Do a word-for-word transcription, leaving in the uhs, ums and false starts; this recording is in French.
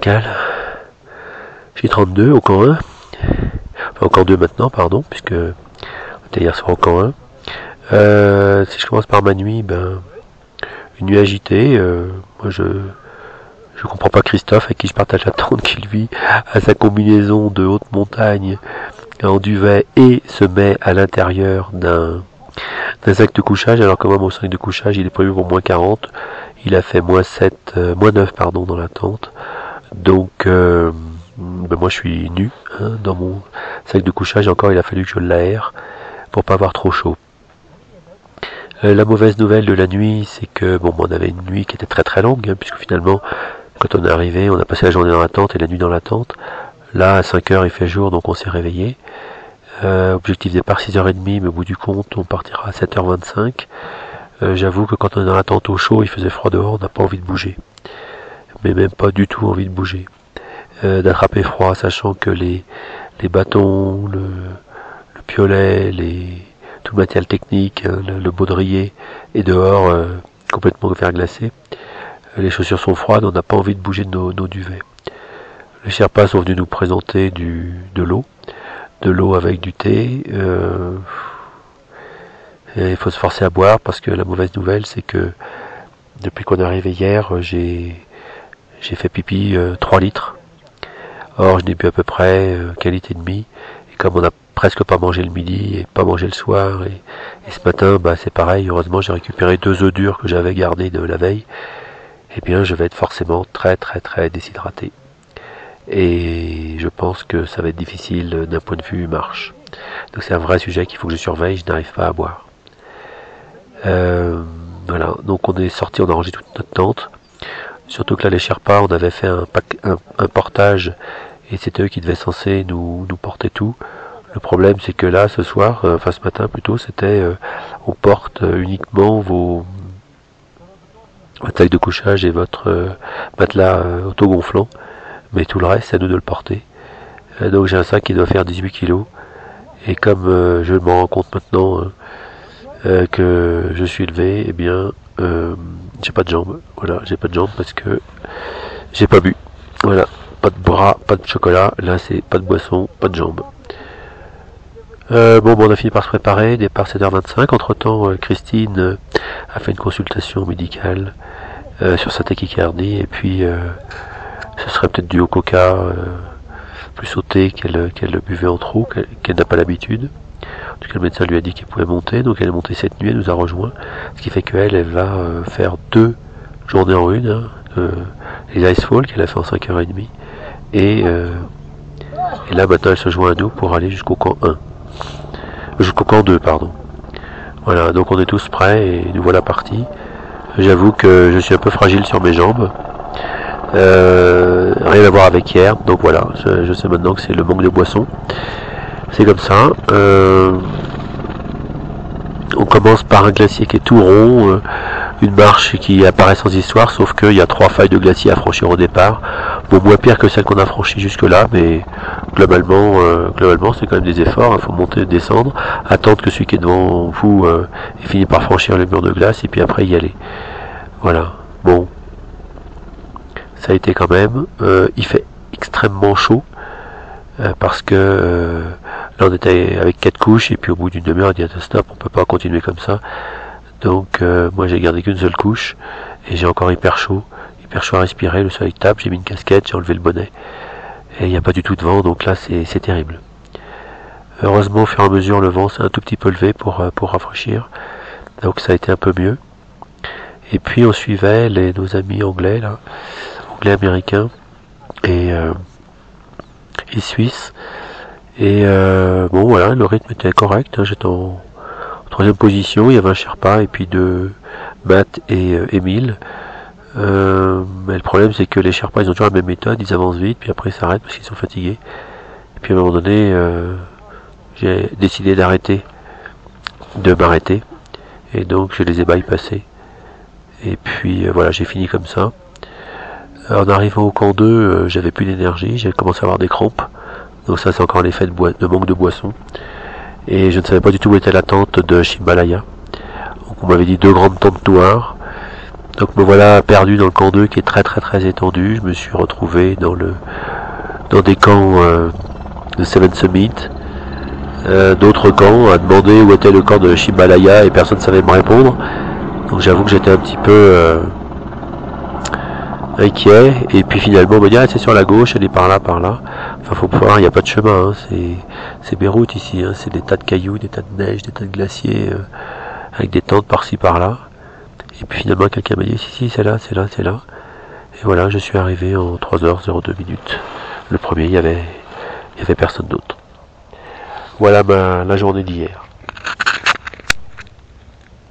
verticale. J'ai trente-deux au camp un. Enfin, au camp deux maintenant, pardon, puisque on était hier soir au camp un. Euh, si je commence par ma nuit, ben, une nuit agitée. Euh, moi, je je comprends pas Christophe, avec qui je partage la tente, qui lui a sa combinaison de haute montagne en duvet et se met à l'intérieur d'un d'un sac de couchage, alors que moi, mon sac de couchage, il est prévu pour moins quarante. Il a fait moins sept, euh, moins neuf, pardon, dans la tente. Donc, euh, ben moi, je suis nu hein, dans mon sac de couchage. Encore, il a fallu que je l'aère pour pas avoir trop chaud. Euh, la mauvaise nouvelle de la nuit, c'est que bon, on avait une nuit qui était très très longue, hein, puisque finalement, quand on est arrivé, on a passé la journée dans la tente et la nuit dans la tente. Là, à cinq heures, il fait jour, donc on s'est réveillé. Euh, objectif départ six heures trente, mais au bout du compte, on partira à sept heures vingt-cinq. Euh, J'avoue que quand on est dans la tente au chaud, il faisait froid dehors, on n'a pas envie de bouger. Mais même pas du tout envie de bouger. Euh, D'attraper froid, sachant que les, les bâtons, le, le piolet, les, tout le matériel technique, hein, le, le baudrier est dehors, euh, complètement verglacé. Euh, les chaussures sont froides, on n'a pas envie de bouger de nos, nos duvets. Les Sherpas sont venus nous présenter du, de l'eau. De l'eau avec du thé. Euh, il faut se forcer à boire parce que la mauvaise nouvelle, c'est que depuis qu'on est arrivé hier, j'ai j'ai fait pipi euh, trois litres. Or, je n'ai bu à peu près euh, qu'un litre et demi. Et comme on n'a presque pas mangé le midi et pas mangé le soir, et, et ce matin, bah, c'est pareil. Heureusement, j'ai récupéré deux œufs durs que j'avais gardés de la veille. Eh bien, je vais être forcément très très très déshydraté. Et je pense que ça va être difficile d'un point de vue marche. Donc c'est un vrai sujet qu'il faut que je surveille, je n'arrive pas à boire. Euh, voilà, donc on est sorti, on a rangé toute notre tente. Surtout que là les Sherpas, on avait fait un, pack, un, un portage et c'était eux qui devaient censés nous, nous porter tout. Le problème c'est que là ce soir, euh, enfin ce matin plutôt, c'était euh, on porte euh, uniquement vos votre sac de couchage et votre euh, matelas euh, autogonflant. Mais tout le reste, c'est à nous de le porter. Euh, donc j'ai un sac qui doit faire dix-huit kilos. Et comme euh, je me rends compte maintenant euh, euh, que je suis élevé, eh bien, euh, j'ai pas de jambes. Voilà, j'ai pas de jambes parce que j'ai pas bu. Voilà, pas de bras, pas de chocolat. Là, c'est pas de boisson, pas de jambes. Euh, bon, bon, on a fini par se préparer. Départ sept heures vingt-cinq. Entre temps, euh, Christine euh, a fait une consultation médicale euh, sur sa tachycardie. Et puis... Euh, ce serait peut-être dû au coca, euh, plus au thé qu'elle qu'elle buvait en trop, qu'elle qu'elle n'a pas l'habitude. En tout cas, le médecin lui a dit qu'elle pouvait monter, donc elle est montée cette nuit, elle nous a rejoint. Ce qui fait qu'elle, elle va euh, faire deux journées en une, hein, euh, les Icefall qu'elle a fait en cinq heures trente. Et, euh, et là, maintenant, elle se joint à nous pour aller jusqu'au camp un. Jusqu'au camp deux, pardon. Voilà, donc on est tous prêts et nous voilà partis. J'avoue que je suis un peu fragile sur mes jambes. Euh, rien à voir avec hier, donc voilà, je, je sais maintenant que c'est le manque de boisson. C'est comme ça. Euh, on commence par un glacier qui est tout rond, euh, une marche qui apparaît sans histoire, sauf qu'il y a trois failles de glacier à franchir au départ. Bon, moins pire que celle qu'on a franchie jusque là, mais globalement, euh, globalement c'est quand même des efforts. Il faut monter, descendre, attendre que celui qui est devant vous euh, ait fini par franchir le mur de glace et puis après y aller. Voilà. Bon. Ça a été quand même, euh, il fait extrêmement chaud euh, parce que euh, là on était avec quatre couches et puis au bout d'une demi-heure on dit stop, on peut pas continuer comme ça. Donc euh, moi j'ai gardé qu'une seule couche et j'ai encore hyper chaud, hyper chaud à respirer, le soleil tape, j'ai mis une casquette, j'ai enlevé le bonnet et il n'y a pas du tout de vent, donc là c'est terrible. Heureusement au fur et à mesure le vent s'est un tout petit peu levé pour, pour rafraîchir, donc ça a été un peu mieux. Et puis on suivait les, nos amis anglais là, anglais américains et, euh, et suisses. Et euh, bon voilà, le rythme était correct, hein, j'étais en, en troisième position, il y avait un Sherpa et puis deux Matt et euh, Émile. Euh, mais le problème c'est que les Sherpas ils ont toujours la même méthode, ils avancent vite puis après ils s'arrêtent parce qu'ils sont fatigués. Et puis à un moment donné, euh, j'ai décidé d'arrêter, de m'arrêter et donc je les ai bypassés. Et puis euh, voilà, j'ai fini comme ça. En arrivant au camp deux, euh, j'avais plus d'énergie, j'avais commencé à avoir des crampes. Donc ça c'est encore l'effet de, de manque de boisson. Et je ne savais pas du tout où était la tente de Shimbalaya. Donc on m'avait dit deux grandes tentes noires. Donc me voilà perdu dans le camp deux qui est très très très étendu. Je me suis retrouvé dans le dans des camps euh, de Seven Summit, euh, d'autres camps, à demander où était le camp de Shimbalaya et personne ne savait me répondre. Donc j'avoue que j'étais un petit peu euh, inquiet. Et puis finalement on me dit ah, c'est sur la gauche, elle est par là, par là. Enfin faut pouvoir, il n'y a pas de chemin, hein. c'est, c'est Beyrouth ici, hein. C'est des tas de cailloux, des tas de neige, des tas de glaciers, euh, avec des tentes par-ci par-là. Et puis finalement quelqu'un m'a dit si si c'est là, c'est là, c'est là. Et voilà, je suis arrivé en trois heures zéro deux minutes. Le premier, il y avait, il y avait personne d'autre. Voilà ma, la journée d'hier.